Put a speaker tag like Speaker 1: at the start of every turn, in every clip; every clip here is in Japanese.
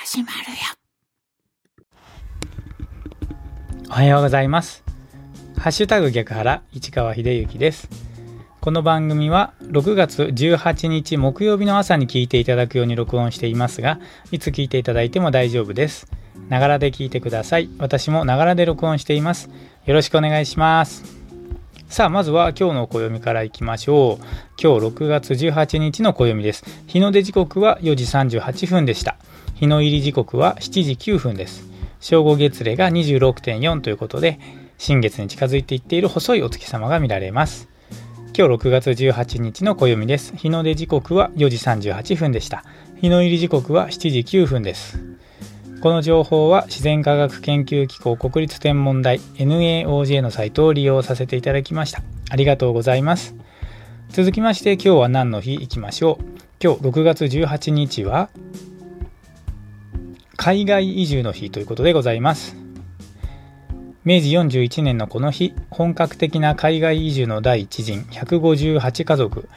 Speaker 1: 始まるよ。おはようございます。ハッシュタグ逆腹、市川秀幸です。この番組は6月18日木曜日の朝に聞いていただくように録音していますが、いつ聞いていただいても大丈夫です。ながらで聞いてください。私もながらで録音しています。よろしくお願いします。さあ、まずは今日の暦からいきましょう。今日6月18日の暦です。日の出時刻は4時38分でした。日の入り時刻は7時9分です。正午月齢が 26.4 ということで、新月に近づいていっている細いお月様が見られます。今日6月18日の暦です。日の出時刻は4時38分でした。日の入り時刻は7時9分です。この情報は自然科学研究機構国立天文台 NAOJ のサイトを利用させていただきました。ありがとうございます。続きまして今日は何の日いきましょう。今日6月18日は海外移住の日ということでございます。明治41年のこの日、本格的な海外移住の第一陣158家族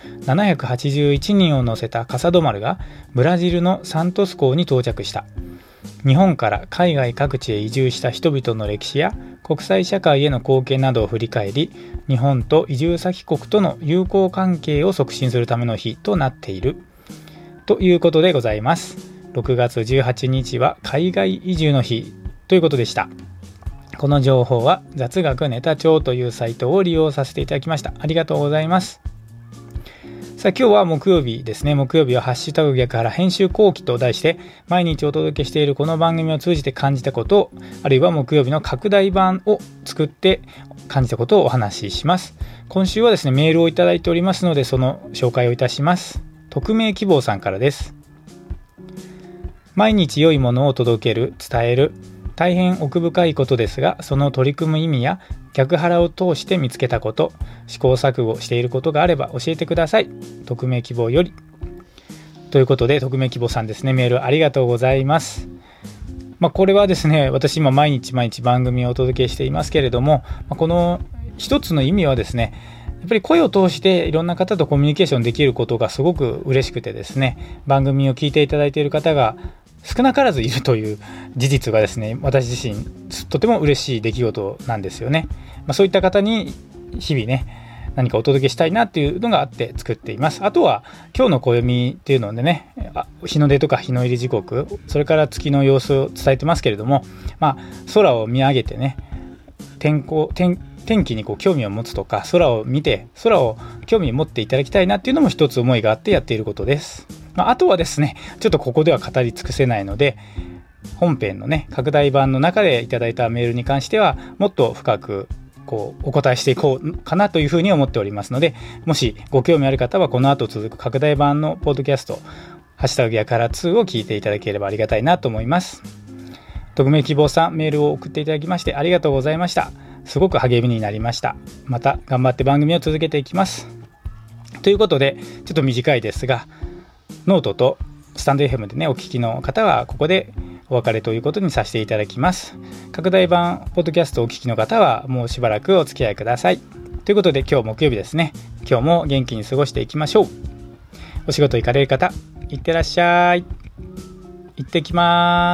Speaker 1: 781人を乗せた笠戸丸がブラジルのサントス港に到着した。日本から海外各地へ移住した人々の歴史や国際社会への貢献などを振り返り、日本と移住先国との友好関係を促進するための日となっているということでございます。6月18日は海外移住の日ということでした。この情報は雑学ネタ帳というサイトを利用させていただきました。ありがとうございます。さあ、今日は木曜日ですね。木曜日はハッシュタグ逆腹編集後期と題して毎日お届けしているこの番組を通じて感じたことを、あるいは木曜日の拡大版を作って感じたことをお話しします。今週はですね、メールをいただいておりますので、その紹介をいたします。匿名希望さんからです。毎日良いものを届ける、伝える、大変奥深いことですが、その取り組む意味や逆腹を通して見つけたこと、試行錯誤していることがあれば教えてください。匿名希望より。ということで、匿名希望さんですね、メールありがとうございます。これはですね、私今毎日番組をお届けしていますけれども、この一つの意味はですね、やっぱり声を通していろんな方とコミュニケーションできることがすごく嬉しくてですね、番組を聞いていただいている方が少なからずいるという事実がですね、私自身とても嬉しい出来事なんですよね。そういった方に日々ね、何かお届けしたいなっていうのがあって作っています。あとは今日の暦っていうのでね、日の出とか日の入り時刻、それから月の様子を伝えてますけれども、空を見上げてね、天気に興味を持つとか、空を見て空を興味を持っていただきたいなっていうのも一つ思いがあってやっていることです。あとはですね、ちょっとここでは語り尽くせないので、本編のね、拡大版の中でいただいたメールに関してはもっと深くお答えしていこうかなというふうに思っておりますので、もしご興味ある方はこの後続く拡大版のポッドキャストハッシュタグやから2を聞いていただければありがたいなと思います。匿名希望さん、メールを送っていただきましてありがとうございました。すごく励みになりました。また頑張って番組を続けていきます。ということで、ちょっと短いですが、ノートとスタンド FM でね、お聞きの方はここでお別れということにさせていただきます。拡大版ポッドキャストをお聞きの方はもうしばらくお付き合いください。ということで、今日木曜日ですね。今日も元気に過ごしていきましょう。お仕事行かれる方、いってらっしゃい。行ってきます。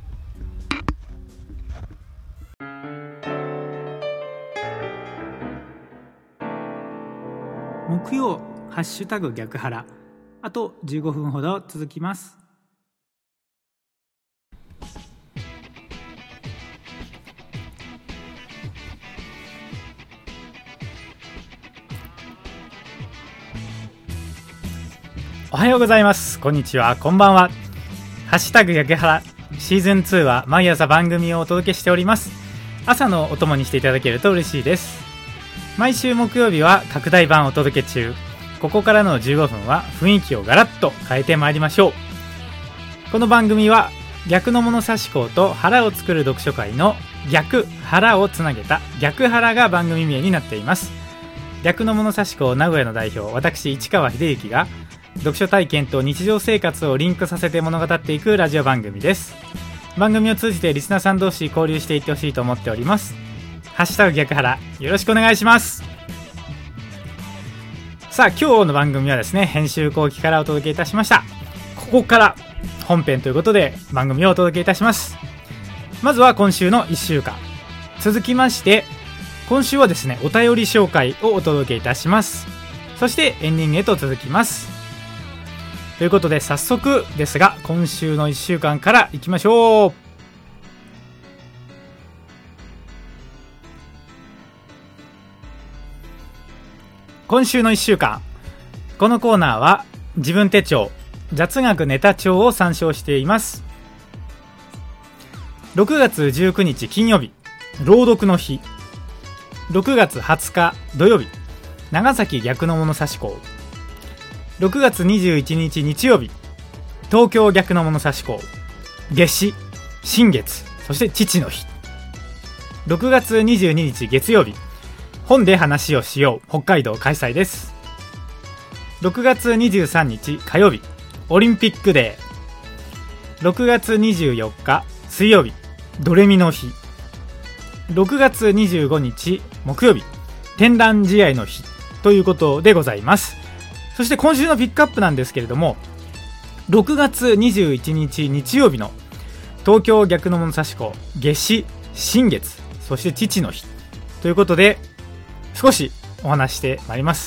Speaker 1: 木曜ハッシュタグ逆腹、あと15分ほど続きます。おはようございます。こんにちは、こんばんは。ハッシュタグ逆腹シーズン2は毎朝番組をお届けしております。朝のお供にしていただけると嬉しいです。毎週木曜日は拡大版をお届け中。ここからの15分は雰囲気をガラッと変えてまいりましょう。この番組は逆の物差し校と腹を作る読書会の逆腹をつなげた逆腹が番組名になっています。逆の物差し校名古屋の代表、私市川秀幸が読書体験と日常生活をリンクさせて物語っていくラジオ番組です。番組を通じてリスナーさん同士交流していってほしいと思っております。ハッシュタグ逆腹、よろしくお願いします。さあ、今日の番組はですね、編集後期からお届けいたしました。ここから本編ということで番組をお届けいたします。まずは今週の1週間、続きまして今週はですね、お便り紹介をお届けいたします。そしてエンディングへと続きます。ということで早速ですが、今週の1週間からいきましょう。今週の1週間、このコーナーは自分手帳、雑学ネタ帳を参照しています。6月19日金曜日、朗読の日。6月20日土曜日、長崎逆の物差し校。6月21日日曜日、東京逆の物差し校。夏至、新月、そして父の日。6月22日月曜日、本で話をしよう北海道開催です。6月23日火曜日、オリンピックデー。6月24日水曜日、ドレミの日。6月25日木曜日、天覧試合の日ということでございます。そして今週のピックアップなんですけれども、6月21日日曜日の東京逆の物差し校、夏至、新月、そして父の日ということで少しお話してまいります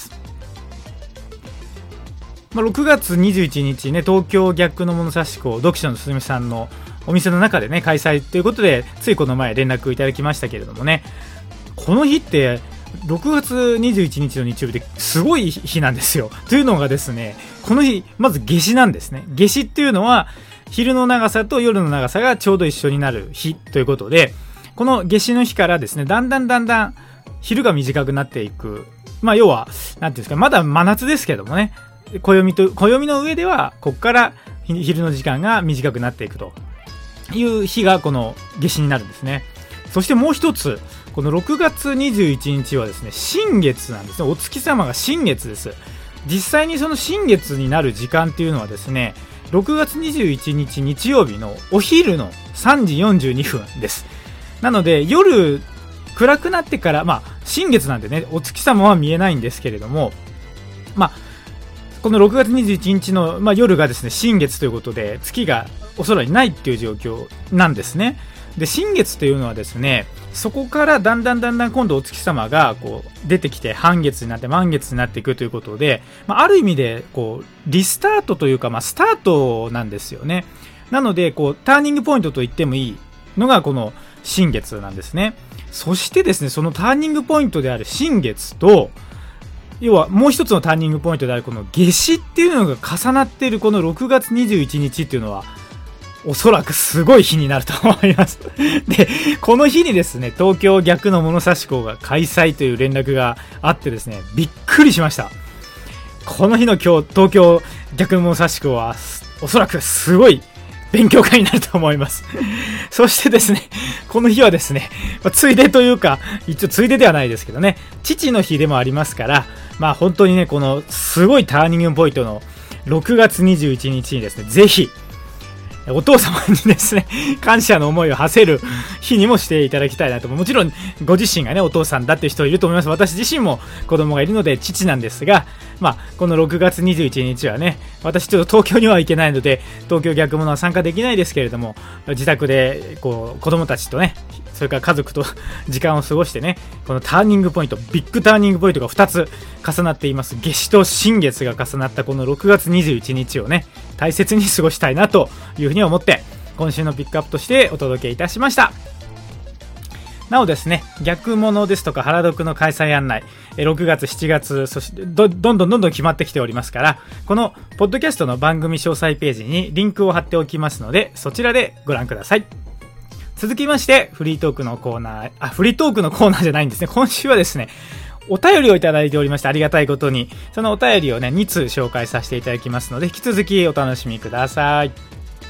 Speaker 1: 。6月21日ね、東京逆の物差し校読書のすすめさんのお店の中でね開催ということで、ついこの前連絡いただきましたけれどもね、この日って6月21日の日曜日ですごい日なんですよ。というのがですね、この日まず夏至なんですね。夏至っていうのは昼の長さと夜の長さがちょうど一緒になる日ということで、この夏至の日からですね、だんだん昼が短くなっていく。要はなんていうんですか、まだ真夏ですけどもね、暦の上ではここから昼の時間が短くなっていくという日がこの夏至になるんですね。そしてもう一つ、この6月21日はですね、新月なんですね。お月様が新月です。実際にその新月になる時間っていうのはですね、6月21日日曜日のお昼の3時42分です。なので夜暗くなってから、新月なんでね、お月様は見えないんですけれども、この6月21日の、夜がですね、新月ということで、月がお空にないっていう状況なんですね。で、新月というのはですね、そこからだんだん今度お月様がこう出てきて、半月になって満月になっていくということで、ある意味でこうリスタートというか、スタートなんですよね。なので、こうターニングポイントと言ってもいいのがこの新月なんですね。そしてですね、そのターニングポイントである新月と、要はもう一つのターニングポイントであるこの夏至っていうのが重なっているこの6月21日っていうのは、おそらくすごい日になると思います。で、この日にですね、東京逆の物差し校が開催という連絡があってですね、びっくりしました。この日の東京逆の物差し校はおそらくすごい勉強会になると思います。そしてですね、この日はですね、ついでというか、一応ついでではないですけどね、父の日でもありますから、本当にね、このすごいターニングポイントの6月21日にですね、ぜひお父様にですね、感謝の思いを馳せる日にもしていただきたいなと。もちろんご自身がね、お父さんだっていう人いると思います。私自身も子供がいるので父なんですが、この6月21日はね、私ちょっと東京には行けないので、東京逆物は参加できないですけれども、自宅でこう子供たちとね、それから家族と時間を過ごしてね、このターニングポイント、ビッグターニングポイントが2つ重なっています。夏至と新月が重なったこの6月21日をね、大切に過ごしたいなというふうに思って、今週のピックアップとしてお届けいたしました。なおですね、逆物ですとか原読の開催案内、6月7月、そしてどんどん決まってきておりますから、このポッドキャストの番組詳細ページにリンクを貼っておきますので、そちらでご覧ください。続きましてフリートークのコーナーじゃないんですね。今週はですね、お便りをいただいておりまして、ありがたいことにそのお便りをね2通紹介させていただきますので、引き続きお楽しみください。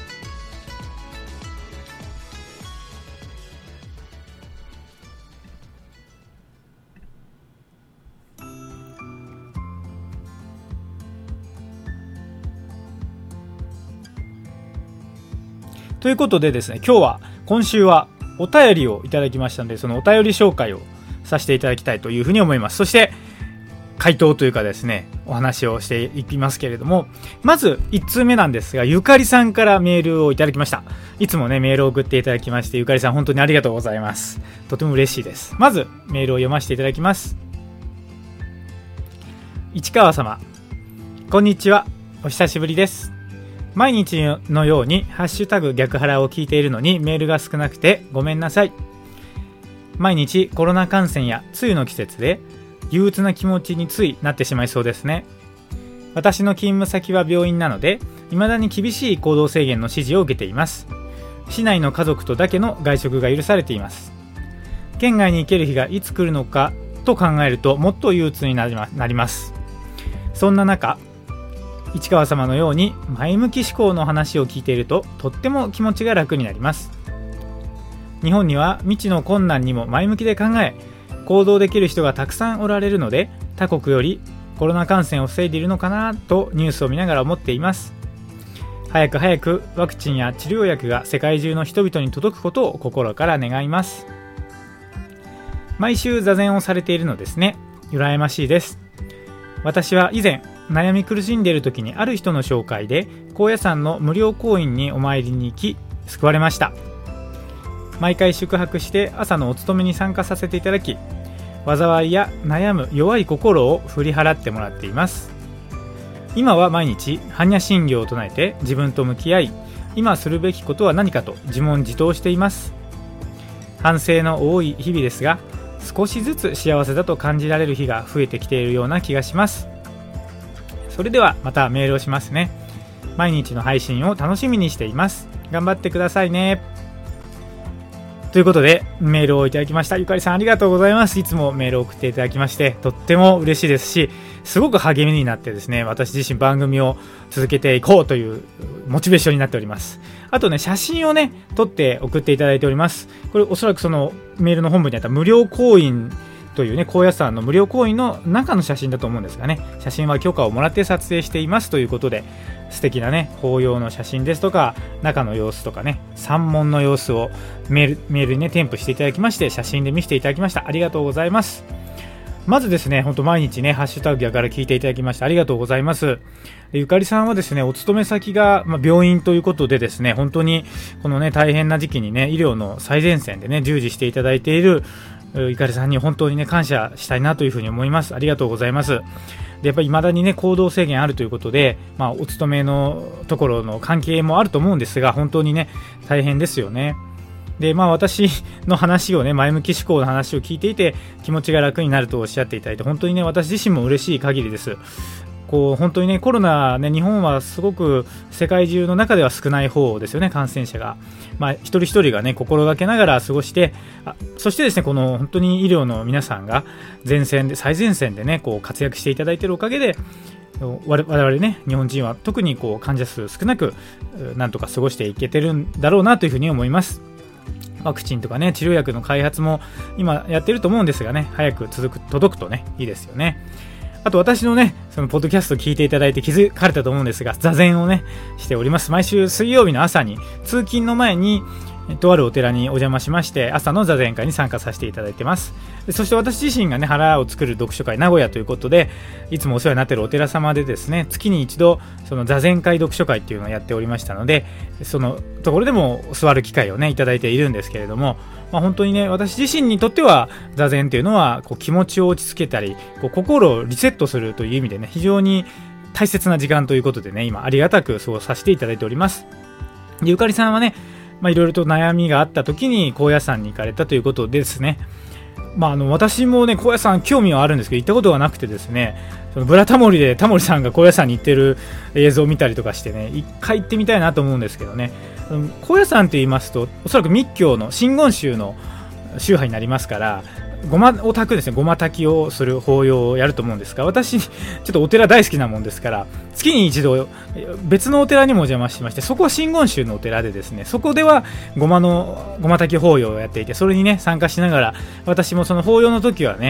Speaker 1: ということでですね、今週はお便りをいただきましたので、そのお便り紹介をさせていただきたいというふうに思います。そして回答というかですね、お話をしていきますけれども、まず1通目なんですが、ゆかりさんからメールをいただきました。いつもねメールを送っていただきまして、ゆかりさん本当にありがとうございます。とても嬉しいです。まずメールを読ませていただきます。市川様、こんにちは、お久しぶりです。毎日のようにハッシュタグ逆腹を聞いているのにメールが少なくてごめんなさい。毎日コロナ感染や梅雨の季節で憂鬱な気持ちについなってしまいそうですね。私の勤務先は病院なので、未だに厳しい行動制限の指示を受けています。市内の家族とだけの外食が許されています。県外に行ける日がいつ来るのかと考えると、もっと憂鬱になります。そんな中、市川様のように前向き思考の話を聞いていると、とっても気持ちが楽になります。日本には未知の困難にも前向きで考え、行動できる人がたくさんおられるので、他国よりコロナ感染を防いでいるのかなとニュースを見ながら思っています。早くワクチンや治療薬が世界中の人々に届くことを心から願います。毎週座禅をされているのですね。羨ましいです。私は以前悩み苦しんでいる時に、ある人の紹介で高野山の無料講院にお参りに行き救われました。毎回宿泊して朝のお勤めに参加させていただき、災いや悩む弱い心を振り払ってもらっています。今は毎日般若心経を唱えて自分と向き合い、今するべきことは何かと自問自答しています。反省の多い日々ですが、少しずつ幸せだと感じられる日が増えてきているような気がします。それではまたメールをしますね。毎日の配信を楽しみにしています。頑張ってくださいね。ということでメールをいただきました。ゆかりさんありがとうございます。いつもメールを送っていただきましてとっても嬉しいですし、すごく励みになってですね、私自身番組を続けていこうというモチベーションになっております。あとね、写真をね撮って送っていただいております。これおそらくそのメールの本文にあった無料講演というね、高野山の無料講演の中の写真だと思うんですがね、写真は許可をもらって撮影していますということで、素敵なね法要の写真ですとか中の様子とかね、山門の様子をメールにね添付していただきまして、写真で見せていただきました。ありがとうございます。まずですね、本当毎日ねハッシュタグ逆から聞いていただきましてありがとうございます。ゆかりさんはですね、お勤め先が病院ということでですね、本当にこのね大変な時期にね医療の最前線でね従事していただいているゆかりさんに本当にね感謝したいなというふうに思います。ありがとうございます。で、やっぱり未だにね行動制限あるということで、お勤めのところの関係もあると思うんですが、本当にね大変ですよね。で、私の話をね、前向き思考の話を聞いていて気持ちが楽になるとおっしゃっていただいて、本当にね私自身も嬉しい限りです。本当にねコロナね、日本はすごく世界中の中では少ない方ですよね、感染者が。一人一人がね心がけながら過ごして、そしてですねこの本当に医療の皆さんが最前線でね活躍していただいているおかげで、我々ね日本人は特に患者数少なくなんとか過ごしていけてるんだろうなというふうに思います。ワクチンとかね治療薬の開発も今やってると思うんですがね、早く届くとねいいですよね。あと私のねそのポッドキャストを聞いていただいて気づかれたと思うんですが、座禅をねしております。毎週水曜日の朝に通勤の前にとあるお寺にお邪魔しまして、朝の座禅会に参加させていただいてます。そして私自身がね腹を作る読書会名古屋ということで、いつもお世話になっているお寺様でですね、月に一度その座禅会読書会っていうのをやっておりましたので、そのところでも座る機会をねいただいているんですけれども、本当にね私自身にとっては座禅っていうのは気持ちを落ち着けたり心をリセットするという意味でね、非常に大切な時間ということでね、今ありがたくそうさせていただいております。で、ゆかりさんはねいろいろと悩みがあった時に高野山に行かれたということでですね、私もね高野山興味はあるんですけど行ったことがなくてですね、そのブラタモリでタモリさんが高野山に行ってる映像を見たりとかしてね、一回行ってみたいなと思うんですけどね、高野山と言いますとおそらく密教の真言宗の宗派になりますから、ごまを炊くですね、ごま炊きをする法要をやると思うんですが、私ちょっとお寺大好きなもんですから、月に一度別のお寺にもお邪魔しまして、そこは真言宗のお寺でですね、そこではごま炊き法要をやっていて、それにね参加しながら、私もその法要の時はね、そ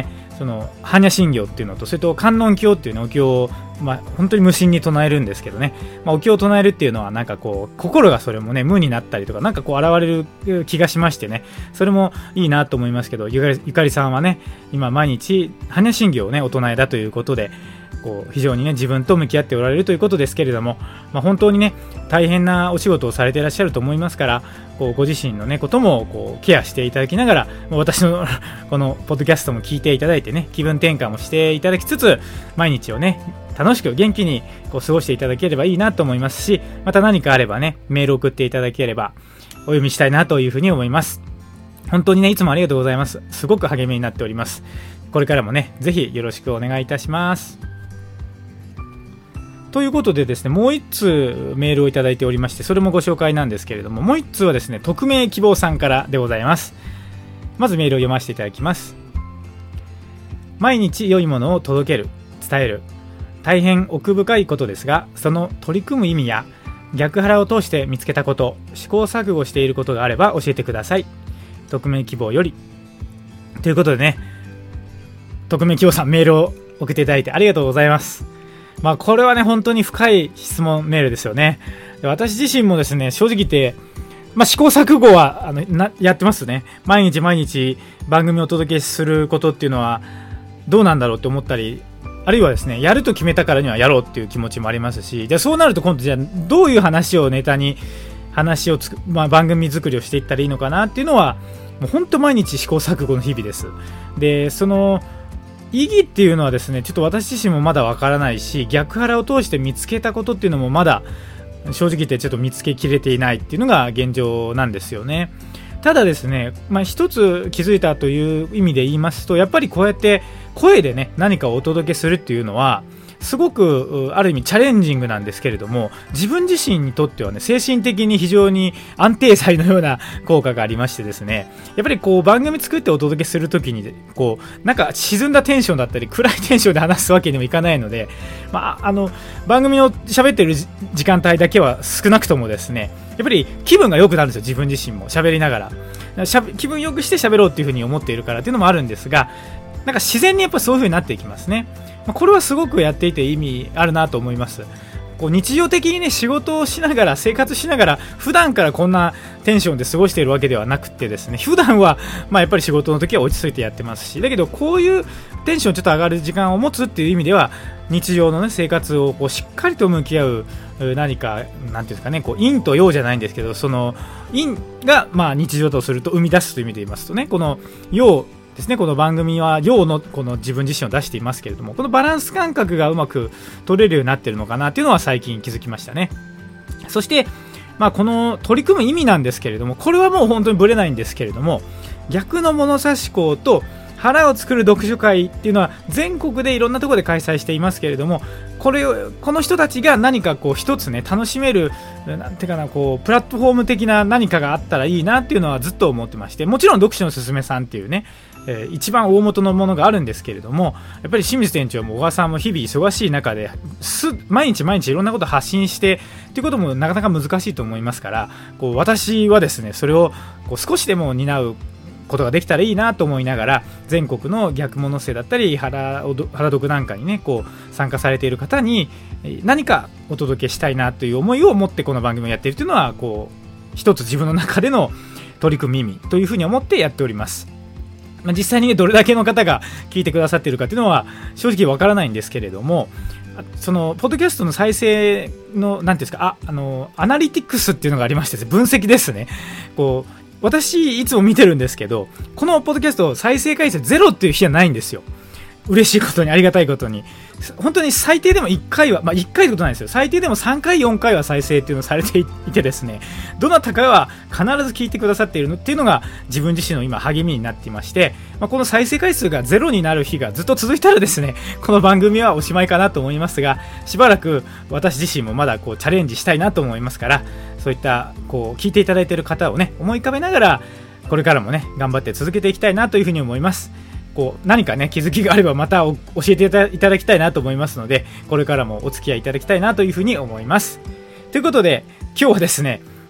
Speaker 1: その般若心経っていうのと、それと観音経っていうねお経を、本当に無心に唱えるんですけどね、お経を唱えるっていうのはなんかこう心がそれもね無になったりとかなんかこう現れる気がしましてね、それもいいなと思いますけど、ゆかりさんはね今毎日般若心経をねお唱えだということで、こう非常にね自分と向き合っておられるということですけれども、本当にね大変なお仕事をされていらっしゃると思いますから、こうご自身のねこともこうケアしていただきながら、私のこのポッドキャストも聞いていただいてね、気分転換もしていただきつつ、毎日をね楽しく元気にこう過ごしていただければいいなと思いますし、また何かあればねメールを送っていただければお読みしたいなというふうに思います。本当にねいつもありがとうございます。すごく励みになっております。これからもねぜひよろしくお願いいたします。ということでですね、もう1通メールをいただいておりまして、それもご紹介なんですけれども、もう1通はですね匿名希望さんからでございます。まずメールを読ませていただきます。毎日良いものを届ける、伝える、大変奥深いことですが、その取り組む意味や逆腹を通して見つけたこと、試行錯誤していることがあれば教えてください。匿名希望より。ということでね、匿名希望さんメールを送っていただいてありがとうございます。これはね本当に深い質問メールですよね。私自身もですね正直言って、試行錯誤はやってますね。毎日番組をお届けすることっていうのはどうなんだろうって思ったり、あるいはですねやると決めたからにはやろうっていう気持ちもありますし、じゃあそうなると今度じゃあどういう話をネタに番組作りをしていったらいいのかなっていうのはもう本当毎日試行錯誤の日々です。でその意義っていうのはですねちょっと私自身もまだわからないし、逆腹を通して見つけたことっていうのもまだ正直言ってちょっと見つけきれていないっていうのが現状なんですよね。ただですね、一つ気づいたという意味で言いますと、やっぱりこうやって声でね何かをお届けするっていうのはすごくある意味チャレンジングなんですけれども、自分自身にとってはね精神的に非常に安定剤のような効果がありましてですね、やっぱりこう番組作ってお届けするときにこうなんか沈んだテンションだったり暗いテンションで話すわけにもいかないので、番組を喋ってる時間帯だけは少なくともですねやっぱり気分が良くなるんですよ。自分自身も喋りながら気分良くして喋ろうっていうふうに思っているからっていうのもあるんですが、なんか自然にやっぱそういう風になっていきますね。これはすごくやっていて意味あるなと思います。こう日常的にね仕事をしながら生活しながら普段からこんなテンションで過ごしているわけではなくてですね、普段はやっぱり仕事の時は落ち着いてやってますし、だけどこういうテンションちょっと上がる時間を持つっていう意味では日常のね生活をこうしっかりと向き合う何かなんていうんですかね、こう陰と陽じゃないんですけど、その陰が日常とすると生み出すという意味で言いますとね、この陽ですね、この番組は陽のこの自分自身を出していますけれども、このバランス感覚がうまく取れるようになっているのかなというのは最近気づきましたね。そしてこの取り組む意味なんですけれども、これはもう本当にぶれないんですけれども、逆の物差し校と腹を作る読書会っていうのは全国でいろんなところで開催していますけれども、この人たちが何かこう一つね楽しめるなんていうかな、こうプラットフォーム的な何かがあったらいいなっていうのはずっと思ってまして、もちろん読書のすすめさんっていうね一番大元のものがあるんですけれども、やっぱり清水店長も小川さんも日々忙しい中で毎日いろんなことを発信してということもなかなか難しいと思いますから、こう私はですねそれをこう少しでも担うことができたらいいなと思いながら、全国の逆物性だったり腹読なんかにねこう参加されている方に何かお届けしたいなという思いを持ってこの番組をやっているというのはこう一つ自分の中での取り組み意味というふうに思ってやっております。実際にねどれだけの方が聞いてくださっているかというのは正直わからないんですけれども、そのポッドキャストの再生のなんていうんですか、アナリティクスっていうのがありまして、分析ですね。こう私いつも見てるんですけど、このポッドキャスト再生回数ゼロっていう日はないんですよ。嬉しいことに、ありがたいことに、本当に最低でも1回は、1回ってことないですよ、最低でも3回4回は再生っていうのをされていてですね、どなたかは必ず聞いてくださっているのっていうのが自分自身の今励みになっていまして、この再生回数がゼロになる日がずっと続いたらですね、この番組はおしまいかなと思いますが、しばらく私自身もまだこうチャレンジしたいなと思いますから、そういったこう聞いていただいている方をね思い浮かべながらこれからもね頑張って続けていきたいなというふうに思います。こう何かね気づきがあればまた教えていただきたいなと思いますので、これからもお付き合いいただきたいなというふうに思います。ということで今日はですね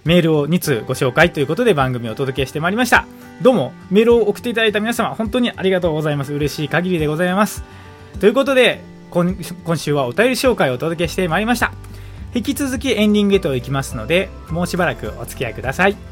Speaker 1: メールを2通ご紹介ということで番組をお届けしてまいりました。どうもメールを送っていただいた皆様本当にありがとうございます。嬉しい限りでございます。ということで今週はお便り紹介をお届けしてまいりました。引き続きエンディングへと行きますので、もうしばらくお付き合いください。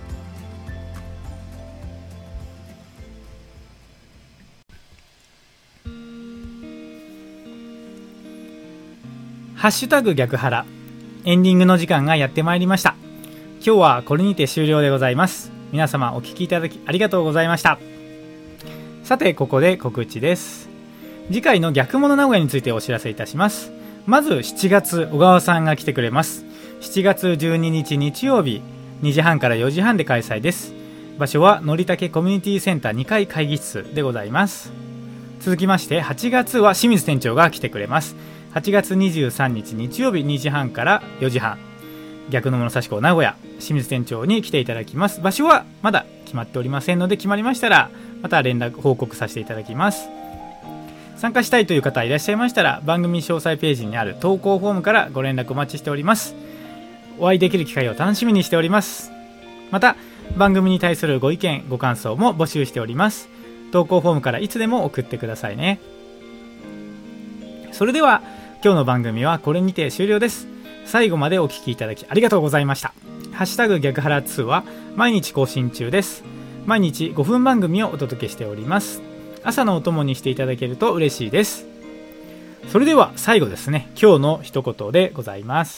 Speaker 1: ハッシュタグ逆腹、エンディングの時間がやってまいりました。今日はこれにて終了でございます。皆様お聞きいただきありがとうございました。さてここで告知です。次回の逆物名古屋についてお知らせいたします。まず7月小川さんが来てくれます。7月12日日曜日2時半から4時半で開催です。場所はのりたけコミュニティセンター2階会議室でございます。続きまして8月は清水店長が来てくれます。8月23日日曜日2時半から4時半、逆の物差し子名古屋清水店長に来ていただきます。場所はまだ決まっておりませんので、決まりましたらまた連絡報告させていただきます。参加したいという方いらっしゃいましたら、番組詳細ページにある投稿フォームからご連絡お待ちしております。お会いできる機会を楽しみにしております。また番組に対するご意見ご感想も募集しております。投稿フォームからいつでも送ってくださいね。それでは今日の番組はこれにて終了です。最後までお聞きいただきありがとうございました。ハッシュタグ逆腹2は毎日更新中です。毎日5分番組をお届けしております。朝のお供にしていただけると嬉しいです。それでは最後ですね、今日の一言でございます。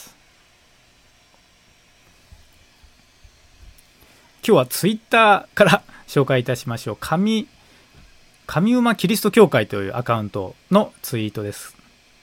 Speaker 1: 今日はツイッターから紹介いたしましょう。上馬キリスト教会というアカウントのツイートです。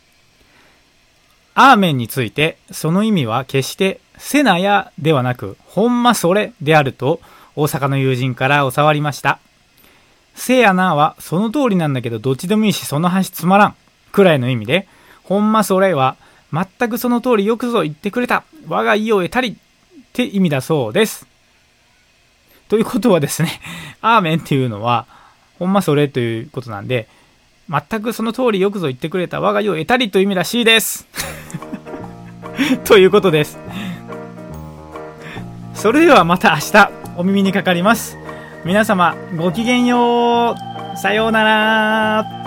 Speaker 1: アーメンについて、その意味は決してせなやではなくほんまそれであると大阪の友人から教わりました。せやなはその通りなんだけどどっちでもいいしその話つまらんくらいの意味で、ほんまそれは全くその通りよくぞ言ってくれた、我が意を得たりって意味だそうです。ということはですね、アーメンっていうのはほんまそれということなんで、全くその通りよくぞ言ってくれた、我が意を得たりという意味らしいですということです。それではまた明日お耳にかかります。皆様ごきげんよう。さようなら。